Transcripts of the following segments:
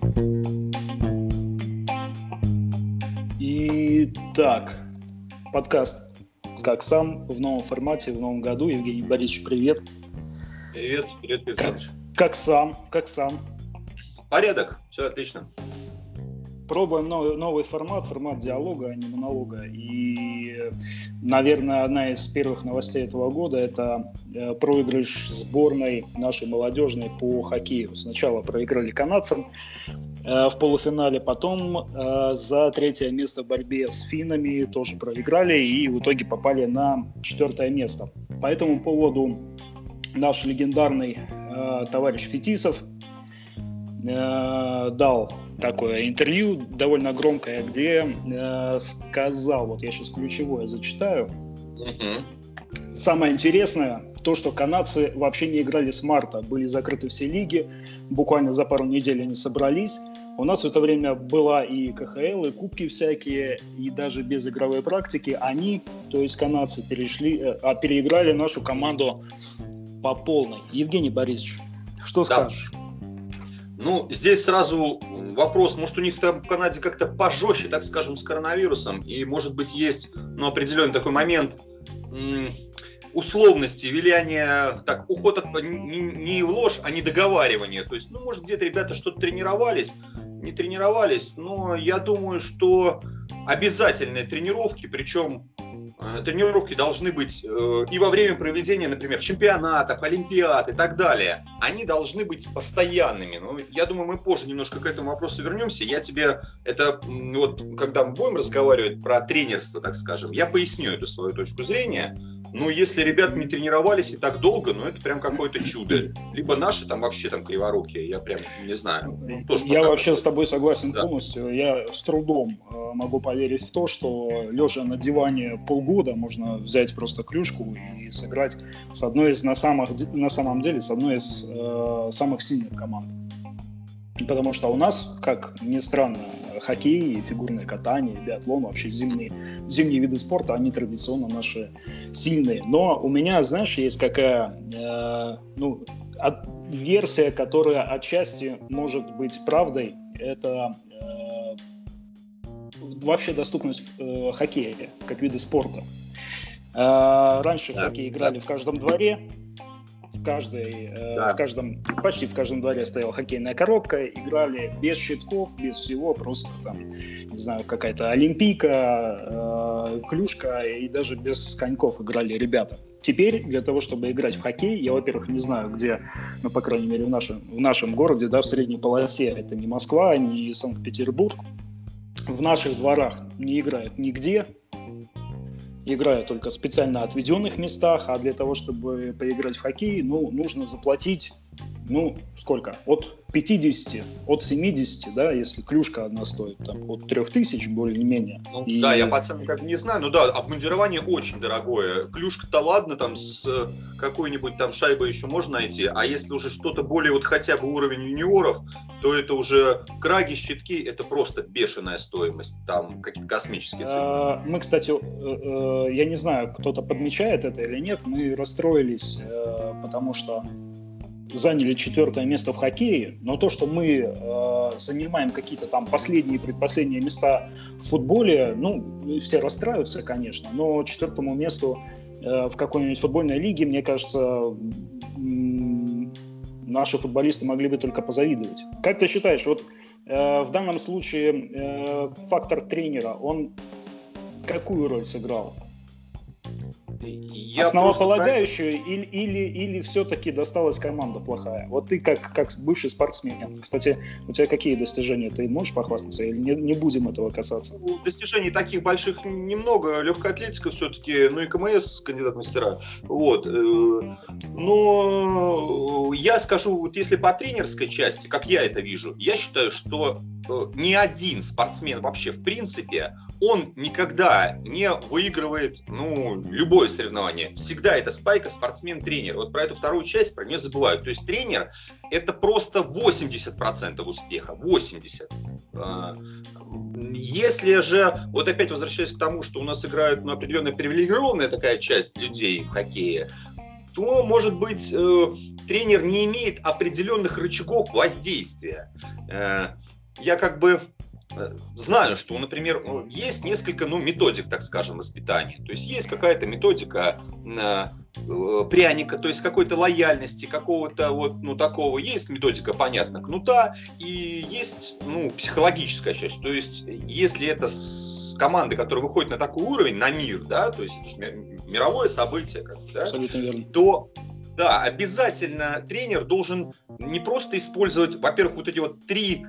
Итак, подкаст «Как сам» в новом формате, в новом году. Евгений Борисович, привет. Привет, Петрович. Как сам? Порядок, все отлично. Пробуем новый формат диалога, а не монолога. И, наверное, одна из первых новостей этого года – это проигрыш сборной нашей молодежной по хоккею. Сначала проиграли канадцам в полуфинале, потом за третье место в борьбе с финнами тоже проиграли и в итоге попали на 4 место. По этому поводу наш легендарный товарищ Фетисов дал такое интервью довольно громкое, где сказал, вот я сейчас ключевое зачитаю. Самое интересное, то, что канадцы вообще не играли с марта, были закрыты все лиги, буквально за пару недель они собрались. У нас в это время была и КХЛ, и кубки всякие, и даже без игровой практики они, то есть канадцы, переиграли нашу команду по полной. Евгений Борисович, что скажешь? Ну, здесь сразу вопрос, может, у них там в Канаде как-то пожестче, так скажем, с коронавирусом, и, может быть, есть определенный такой момент условности, виляние, так, уход от, не в ложь, а недоговаривание. То есть, может, где-то ребята что-то тренировались, не тренировались, но я думаю, что обязательные тренировки, причем тренировки должны быть и во время проведения, например, чемпионатов, олимпиад и так далее. Они должны быть постоянными. Я думаю, мы позже немножко к этому вопросу вернемся. Я тебе это, когда мы будем разговаривать про тренерство, так скажем, я поясню эту свою точку зрения. Но если ребята не тренировались и так долго, это прям какое-то чудо. Либо наши там вообще криворукие, я прям не знаю. Я вообще с тобой согласен полностью. Я с трудом могу поверить в то, что лежа на диване полгода можно взять просто клюшку и сыграть с одной из, на самом деле, с одной из самых сильных команд. Потому что у нас, как ни странно, хоккей, фигурное катание, биатлон, вообще зимние виды спорта, они традиционно наши сильные. Но у меня, знаешь, есть какая версия, которая отчасти может быть правдой. Это вообще доступность хоккея как вида спорта. Раньше в хоккей играли в каждом дворе. Почти в каждом дворе стояла хоккейная коробка, играли без щитков, без всего, просто там, не знаю, какая-то олимпийка, клюшка, и даже без коньков играли ребята. Теперь для того, чтобы играть в хоккей, я, во-первых, не знаю, где, по крайней мере, в нашем городе, в средней полосе, это не Москва, не Санкт-Петербург, в наших дворах не играют нигде. Играют только в специально отведенных местах, а для того, чтобы поиграть в хоккей, нужно заплатить, сколько? От 50, от 70, да, если клюшка одна стоит, там, от 3000 более-менее. Да, я по ценам не знаю, обмундирование очень дорогое. Клюшка-то ладно, там с какой-нибудь там шайбой еще можно найти, а если уже что-то более хотя бы уровень юниоров, то это уже краги, щитки, это просто бешеная стоимость, там какие-то космические цены. Мы, кстати, я не знаю, кто-то подмечает это или нет, мы расстроились, потому что заняли 4 место в хоккее, но то, что мы занимаем какие-то там последние, предпоследние места в футболе, все расстраиваются, конечно, но 4 месту в какой-нибудь футбольной лиге, мне кажется, наши футболисты могли бы только позавидовать. Как ты считаешь, в данном случае фактор тренера, он какую роль сыграл? Основополагающую или все-таки досталась команда плохая? Вот ты как бывший спортсмен. Кстати, у тебя какие достижения? Ты можешь похвастаться или не будем этого касаться? Достижений таких больших немного. Легкая атлетика все-таки, и КМС, кандидат в мастера. Но я скажу, если по тренерской части, как я это вижу, я считаю, что ни один спортсмен вообще в принципе, он никогда не выигрывает любое соревнование. Всегда это спайка, спортсмен-тренер. Вот про эту вторую часть про нее забывают. То есть тренер – это просто 80% успеха. 80%. Если же, опять возвращаясь к тому, что у нас играют определенная привилегированная такая часть людей в хоккее, то, может быть, тренер не имеет определенных рычагов воздействия. Я как бы знаю, что, например, есть несколько, методик, так скажем, воспитания. То есть есть какая-то методика пряника, то есть какой-то лояльности, какого-то такого. Есть методика, понятно, кнута, и есть, психологическая часть. То есть если это с команды, которая выходит на такой уровень, на мир, да, то есть это мировое событие, да, абсолютно верно. То да, обязательно тренер должен не просто использовать, во-первых, вот эти вот три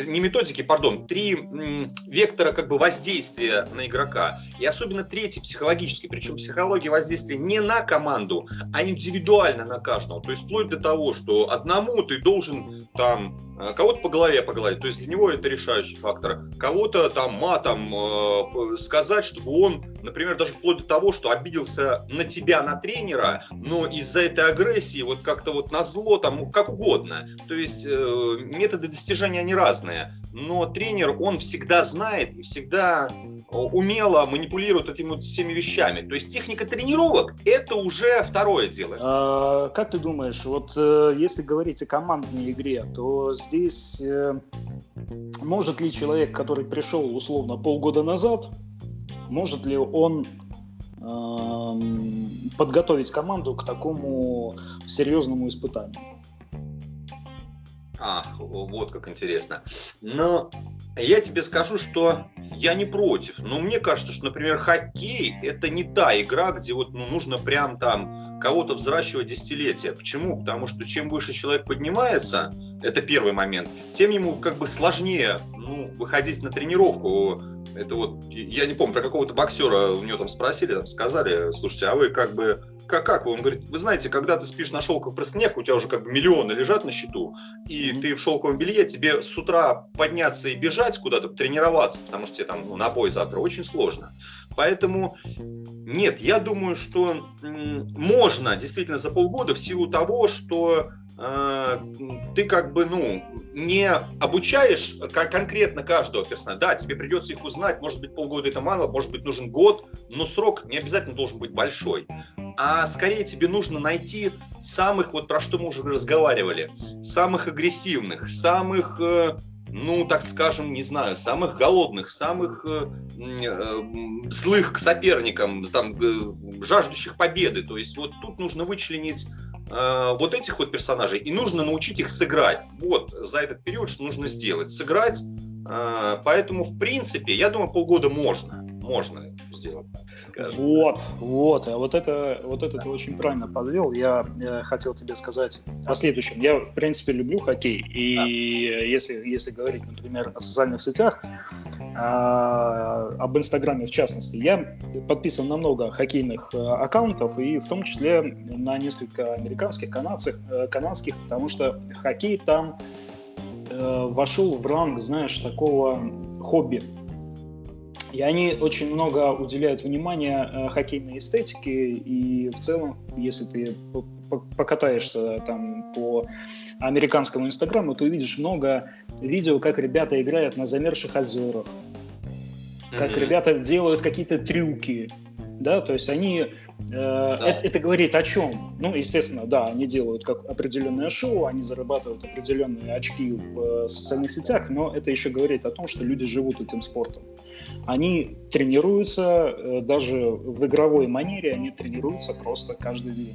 вектора как бы воздействия на игрока. И особенно третий, психологический. Причем психология воздействия не на команду, а индивидуально на каждого. То есть вплоть до того, что одному ты должен там кого-то по голове погладить. То есть для него это решающий фактор. Кого-то там матом сказать, чтобы он, например, даже вплоть до того, что обиделся на тебя, на тренера, но из-за этой агрессии вот как-то вот назло, там, как угодно. То есть методы достижения, они разные. Но тренер, он всегда знает и всегда умело манипулирует этими вот всеми вещами. То есть техника тренировок – это уже второе дело. Как ты думаешь, вот если говорить о командной игре, то здесь может ли человек, который пришел условно полгода назад, может ли он подготовить команду к такому серьезному испытанию? Вот как интересно. Но я тебе скажу, что я не против. Но мне кажется, что, например, хоккей – это не та игра, где вот нужно прям там кого-то взращивать десятилетия. Почему? Потому что чем выше человек поднимается, это первый момент, тем ему как бы сложнее выходить на тренировку. Это вот, я не помню, про какого-то боксера у него там спросили, там сказали: слушайте, а вы как бы, как вы? Он говорит: вы знаете, когда ты спишь на шелковых простынях, у тебя уже как бы миллионы лежат на счету, и ты в шелковом белье, тебе с утра подняться и бежать куда-то, тренироваться, потому что тебе там на бой завтра очень сложно. Поэтому нет, я думаю, что можно действительно за полгода, в силу того, что ты как бы, не обучаешь конкретно каждого персонажа. Да, тебе придется их узнать, может быть, полгода это мало, может быть, нужен год, но срок не обязательно должен быть большой. А скорее тебе нужно найти самых, вот про что мы уже разговаривали, самых агрессивных, самых, так скажем, не знаю, самых голодных, самых злых к соперникам, там, жаждущих победы. То есть вот тут нужно вычленить вот этих вот персонажей, и нужно научить их сыграть. Вот за этот период что нужно сделать? Сыграть. Поэтому, в принципе, я думаю, полгода можно сделать. Вот. А вот это ты очень правильно подвел. Я хотел тебе сказать о следующем. Я, в принципе, люблю хоккей. И если говорить, например, о социальных сетях, об Инстаграме в частности, я подписан на много хоккейных аккаунтов, и в том числе на несколько американских, канадских, потому что хоккей там вошел в ранг, знаешь, такого хобби. И они очень много уделяют внимания хоккейной эстетике, и в целом, если ты покатаешься там по американскому инстаграму, ты увидишь много видео, как ребята играют на замерзших озерах, как ребята делают какие-то трюки, да, то есть они... Это говорит о чем? Естественно, да, они делают как определенное шоу, они зарабатывают определенные очки в социальных сетях, но это еще говорит о том, что люди живут этим спортом. Они тренируются, даже в игровой манере, они тренируются просто каждый день.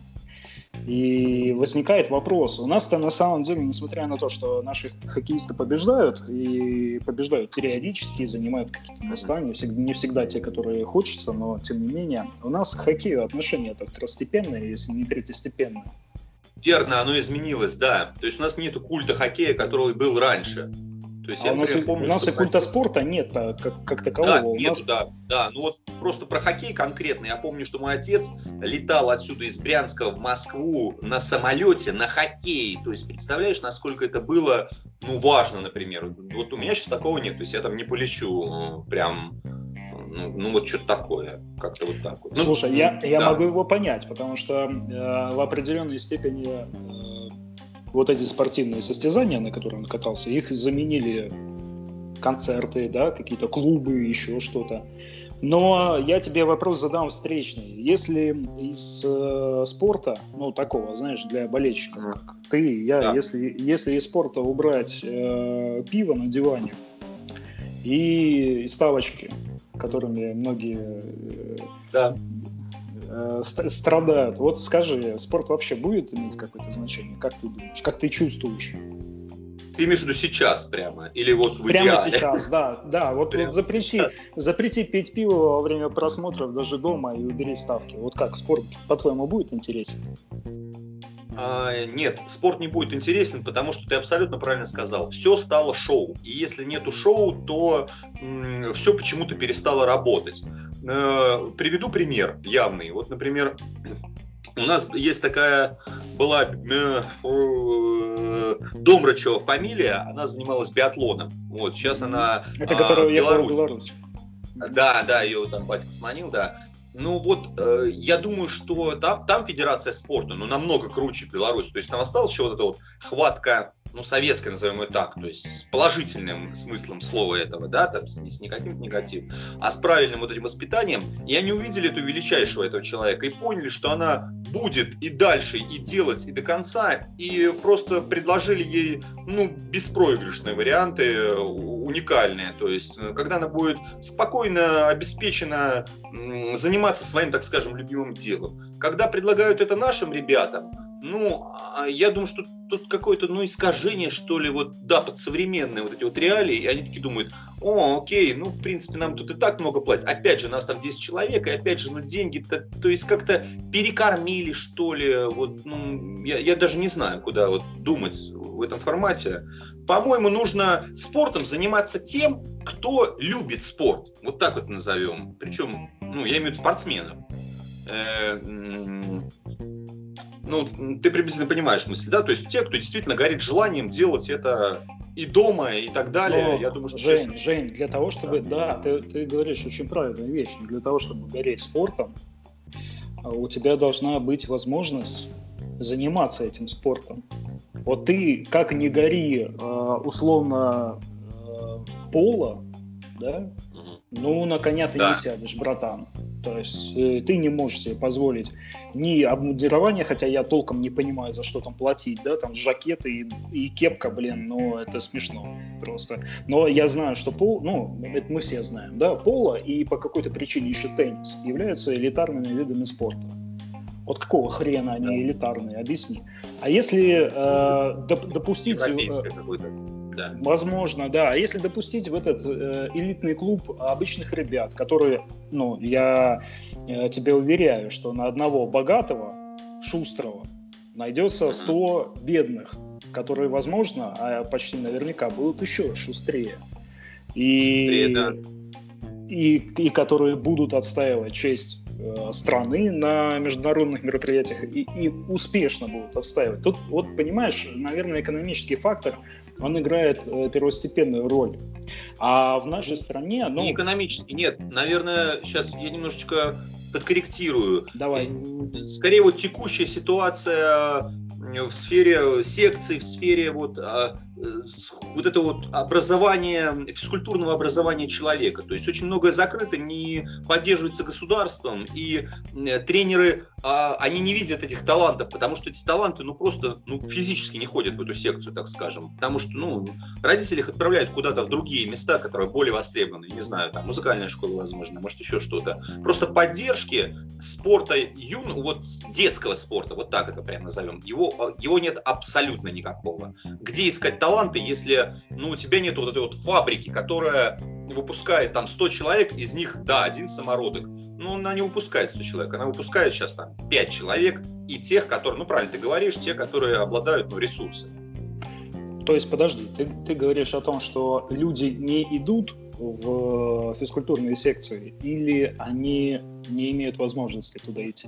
И возникает вопрос. У нас-то на самом деле, несмотря на то, что наши хоккеисты побеждают, и побеждают периодически, занимают какие-то места, не всегда те, которые хочется, но тем не менее, у нас к хоккею отношение-то второстепенное, если не третьестепенное. Верно, оно изменилось, да. То есть у нас нету культа хоккея, который был раньше. То есть у нас и культа спорта нет как такового. Да. Ну вот просто про хоккей конкретно. Я помню, что мой отец летал отсюда из Брянска в Москву на самолете на хоккей. То есть представляешь, насколько это было, важно, например. Вот у меня сейчас такого нет. То есть я там не полечу прям... вот что-то такое, как-то вот так вот. Слушай, я могу его понять, потому что в определенной степени вот эти спортивные состязания, на которые он катался, их заменили концерты, да, какие-то клубы, еще что-то. Но я тебе вопрос задам встречный. Если из спорта, ну, такого, знаешь, для болельщиков, как ты, я, Да. если из спорта убрать пиво на диване и ставочки, которыми многие Да. страдают, вот скажи, спорт вообще будет иметь какое-то значение? Как ты думаешь? Как ты чувствуешь? Ты имеешь в виду сейчас прямо? Или вот в Прямо идеале? сейчас, да. Вот Прямо запрети пить пиво во время просмотров даже дома и убери ставки. Вот как, спорт, по-твоему, будет интересен? Нет, спорт не будет интересен, потому что ты абсолютно правильно сказал. Все стало шоу. И если нету шоу, то все почему-то перестало работать. Приведу пример явный. Вот, например, у нас есть такая была Домрачева фамилия, она занималась биатлоном. Вот, сейчас она Это которая уехала в Беларусь. Да, ее там батька сманил, да. Ну вот, я думаю, что там федерация спорта, ну, намного круче Беларусь. То есть там осталась еще вот эта вот хватка, ну, советская, назовем ее так, то есть с положительным смыслом слова этого, да, там, с не каким-то негативом, а с правильным вот этим воспитанием. И они увидели эту величайшего этого человека и поняли, что она будет и дальше, и делать, и до конца, и просто предложили ей, ну, беспроигрышные варианты, уникальные. То есть, когда она будет спокойно, обеспечена заниматься своим, так скажем, любимым делом. Когда предлагают это нашим ребятам, ну, я думаю, что тут какое-то, ну, искажение, что ли, вот, да, под современные вот эти вот реалии, и они такие думают, окей, ну, в принципе, нам тут и так много платят. Опять же, нас там 10 человек, и опять же, ну, деньги-то, то есть как-то перекормили, что ли, вот, ну, я даже не знаю, куда вот думать в этом формате. По-моему, нужно спортом заниматься тем, кто любит спорт, вот так вот назовем, причем, ну, я имею в виду спортсменов. Ну, ты приблизительно понимаешь мысль, да? То есть те, кто действительно горит желанием делать это и дома, и так далее. Но, я думаю, что Жень, для того, чтобы... Да, ты говоришь очень правильную вещь. Но для того, чтобы гореть спортом, у тебя должна быть возможность заниматься этим спортом. Вот ты, как не гори, условно, пола, да? Ну, на коня ты не сядешь, братан. То есть ты не можешь себе позволить ни обмундирование, хотя я толком не понимаю, за что там платить, да, там жакеты и кепка, блин, ну это смешно просто. Но я знаю, что ну, это мы все знаем, да, поло и по какой-то причине еще теннис являются элитарными видами спорта. Вот какого хрена они элитарные, объясни. А если допустить... Да. Возможно, да. А если допустить в этот элитный клуб обычных ребят, которые, ну, я тебе уверяю, что на одного богатого, шустрого найдется 100 бедных, которые, возможно, а почти наверняка будут еще шустрее. И которые будут отстаивать честь страны на международных мероприятиях и успешно будут отстаивать. Тут, вот, понимаешь, наверное, экономический фактор, он играет первостепенную роль. А в нашей стране... Ну... Не экономический, нет. Наверное, сейчас я немножечко подкорректирую. Давай. Скорее, вот текущая ситуация в сфере секций, в сфере вот это вот образования, физкультурного образования человека. То есть очень многое закрыто, не поддерживается государством, и тренеры, они не видят этих талантов, потому что эти таланты, ну, просто, ну, физически не ходят в эту секцию, так скажем. Потому что, ну, родители их отправляют куда-то в другие места, которые более востребованы. Не знаю, там, музыкальная школа, возможно, может, еще что-то. Просто поддержки спорта, вот детского спорта, вот так это прям назовем, его нет абсолютно никакого. Где искать таланты, если, ну, у тебя нет вот этой вот фабрики, которая выпускает там 100 человек, из них, да, один самородок. Но она не выпускает 100 человек, она выпускает сейчас там 5 человек и тех, которые, ну, правильно ты говоришь, те, которые обладают, ну, ресурсами. То есть, подожди, ты говоришь о том, что люди не идут в физкультурные секции или они не имеют возможности туда идти?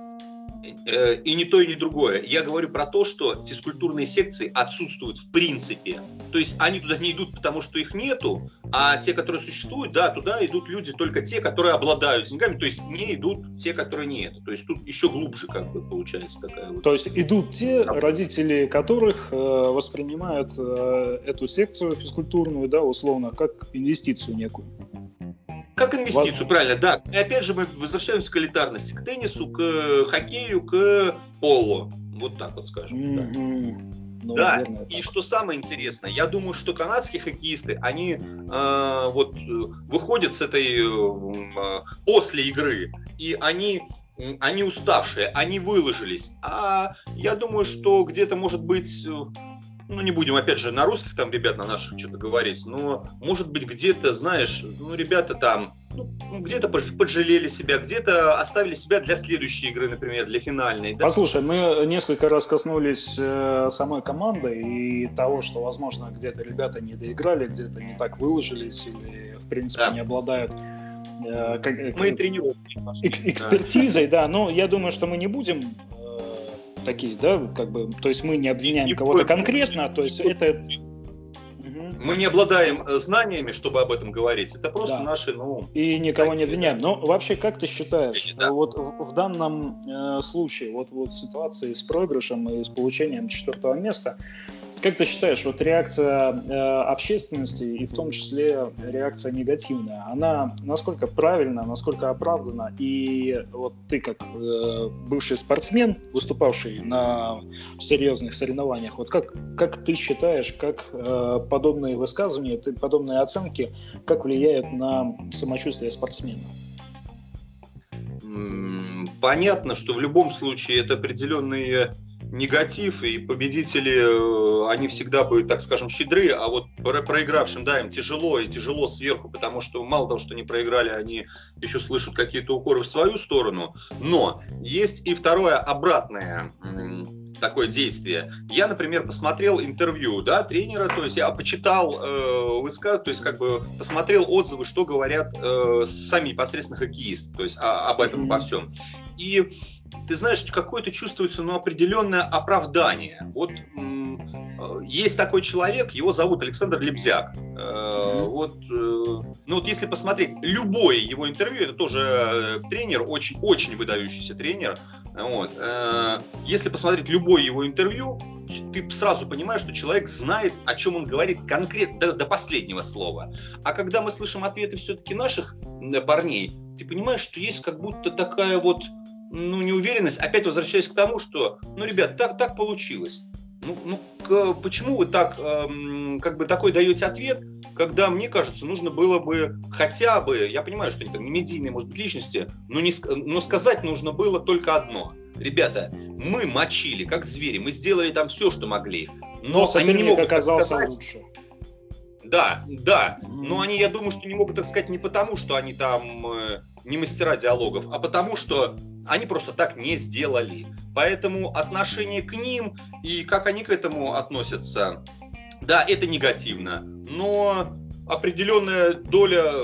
И не то, и не другое. Я говорю про то, что физкультурные секции отсутствуют в принципе. То есть они туда не идут, потому что их нету, а те, которые существуют, да, туда идут люди только те, которые обладают деньгами, то есть не идут те, которые нет. То есть тут еще глубже как бы получается такая вот. То есть идут те родители, которых воспринимают эту секцию физкультурную, да, условно, как инвестицию некую. Как инвестицию, правильно, да. И опять же мы возвращаемся к элитарности, к теннису, к хоккею, к поло. Вот так вот скажем. Да. Ну, да, наверное, и что самое интересное, я думаю, что канадские хоккеисты, они вот выходят с этой после игры, и они уставшие, они выложились. А я думаю, что где-то может быть, ну не будем опять же на русских там ребят, на наших что-то говорить, но может быть где-то, знаешь, ну ребята там, ну, где-то поджалели себя, где-то оставили себя для следующей игры, например, для финальной. Да? Послушай, мы несколько раз коснулись самой команды и того, что, возможно, где-то ребята не доиграли, где-то не так выложились или, в принципе, не обладают мы тренировки экспертизой, да. Но я думаю, что мы не будем такие, да, как бы, то есть мы не обвиняем кого-то конкретно, то есть это... Мы не обладаем знаниями, чтобы об этом говорить. Это просто наши, И никого не обвиняем. Но вообще, как ты считаешь, вот в данном случае, вот ситуации с проигрышем и с получением 4-го места, как ты считаешь, вот реакция общественности и в том числе реакция негативная, она насколько правильна, насколько оправдана? И вот ты как бывший спортсмен, выступавший на серьезных соревнованиях, вот как ты считаешь, как подобные высказывания, подобные оценки, как влияют на самочувствие спортсмена? Понятно, что в любом случае это определенные негатив, и победители, они всегда будут, так скажем, щедры, а вот проигравшим, да, им тяжело, и тяжело сверху, потому что мало того, что они проиграли, они еще слышат какие-то укоры в свою сторону, но есть и второе, обратное такое действие. Я, например, посмотрел интервью, да, тренера, то есть я почитал высказывания, то есть как бы посмотрел отзывы, что говорят сами непосредственно хоккеисты, то есть об этом во всем. И ты знаешь, какое-то чувствуется, определенное оправдание. Вот есть такой человек, его зовут Александр Лебзяк. Вот если посмотреть любое его интервью, это тоже тренер, очень выдающийся тренер. Вот. Если посмотреть любое его интервью, ты сразу понимаешь, что человек знает, о чем он говорит конкретно, до последнего слова. А когда мы слышим ответы все-таки наших парней, ты понимаешь, что есть как будто такая вот неуверенность, опять возвращаясь к тому, что, ребят, так получилось. Почему вы так, как бы такой даете ответ, когда, мне кажется, нужно было бы хотя бы, я понимаю, что они там не медийные, может быть, личности, но сказать нужно было только одно. Ребята, мы мочили, как звери, мы сделали там все, что могли, но они не могут так сказать. Лучше. Да, но они, я думаю, что не могут так сказать не потому, что они там не мастера диалогов, а потому, что они просто так не сделали. Поэтому отношение к ним и как они к этому относятся, да, это негативно, но определенная доля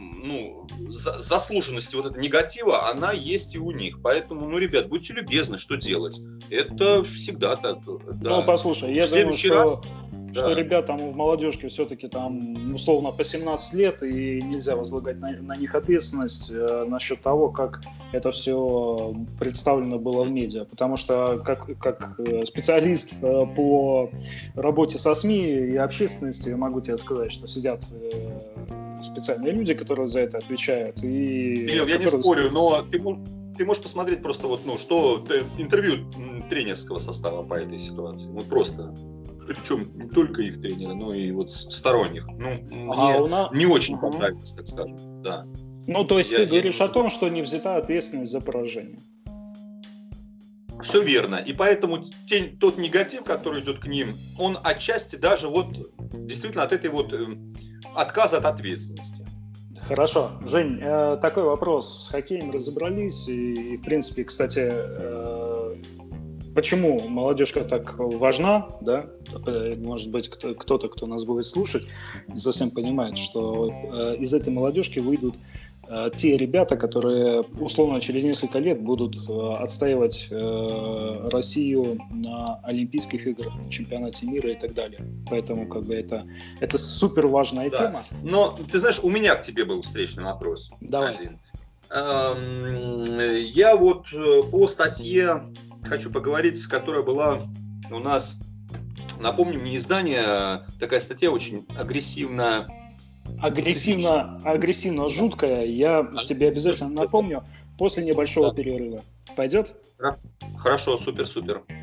заслуженности вот этого негатива, она есть и у них. Поэтому, ребят, будьте любезны, что делать. Это всегда так. Да. Послушай, я думаю, что ребятам в молодежке все-таки там условно по 17 лет, и нельзя возлагать на них ответственность насчет того, как это все представлено было в медиа. Потому что как специалист по работе со СМИ и общественностью, я могу тебе сказать, что сидят специальные люди, которые за это отвечают. Блин, я не спорю, но ты можешь посмотреть просто что интервью тренерского состава по этой ситуации. Просто. Причем не только их тренера, но и сторонних. Мне не очень понравилось, так скажем. Да. То есть ты говоришь о том, что не взята ответственность за поражение. Все верно. И поэтому тот негатив, который идет к ним, он отчасти даже действительно от этой отказа от ответственности. Хорошо. Жень, такой вопрос. С хоккеем разобрались. И в принципе, кстати, почему молодежка так важна, да? Может быть, кто-то, кто нас будет слушать, не совсем понимает, что из этой молодежки выйдут те ребята, которые условно через несколько лет будут отстаивать Россию на Олимпийских играх, на чемпионате мира и так далее. Поэтому это супер важная тема. Но ты знаешь, у меня к тебе был встречный вопрос. Давай. Один. Я по статье хочу поговорить, которая была у нас, напомню, не издание, такая статья очень агрессивно агрессивно жуткая. Я тебе обязательно напомню после небольшого перерыва. Пойдет? Хорошо, супер.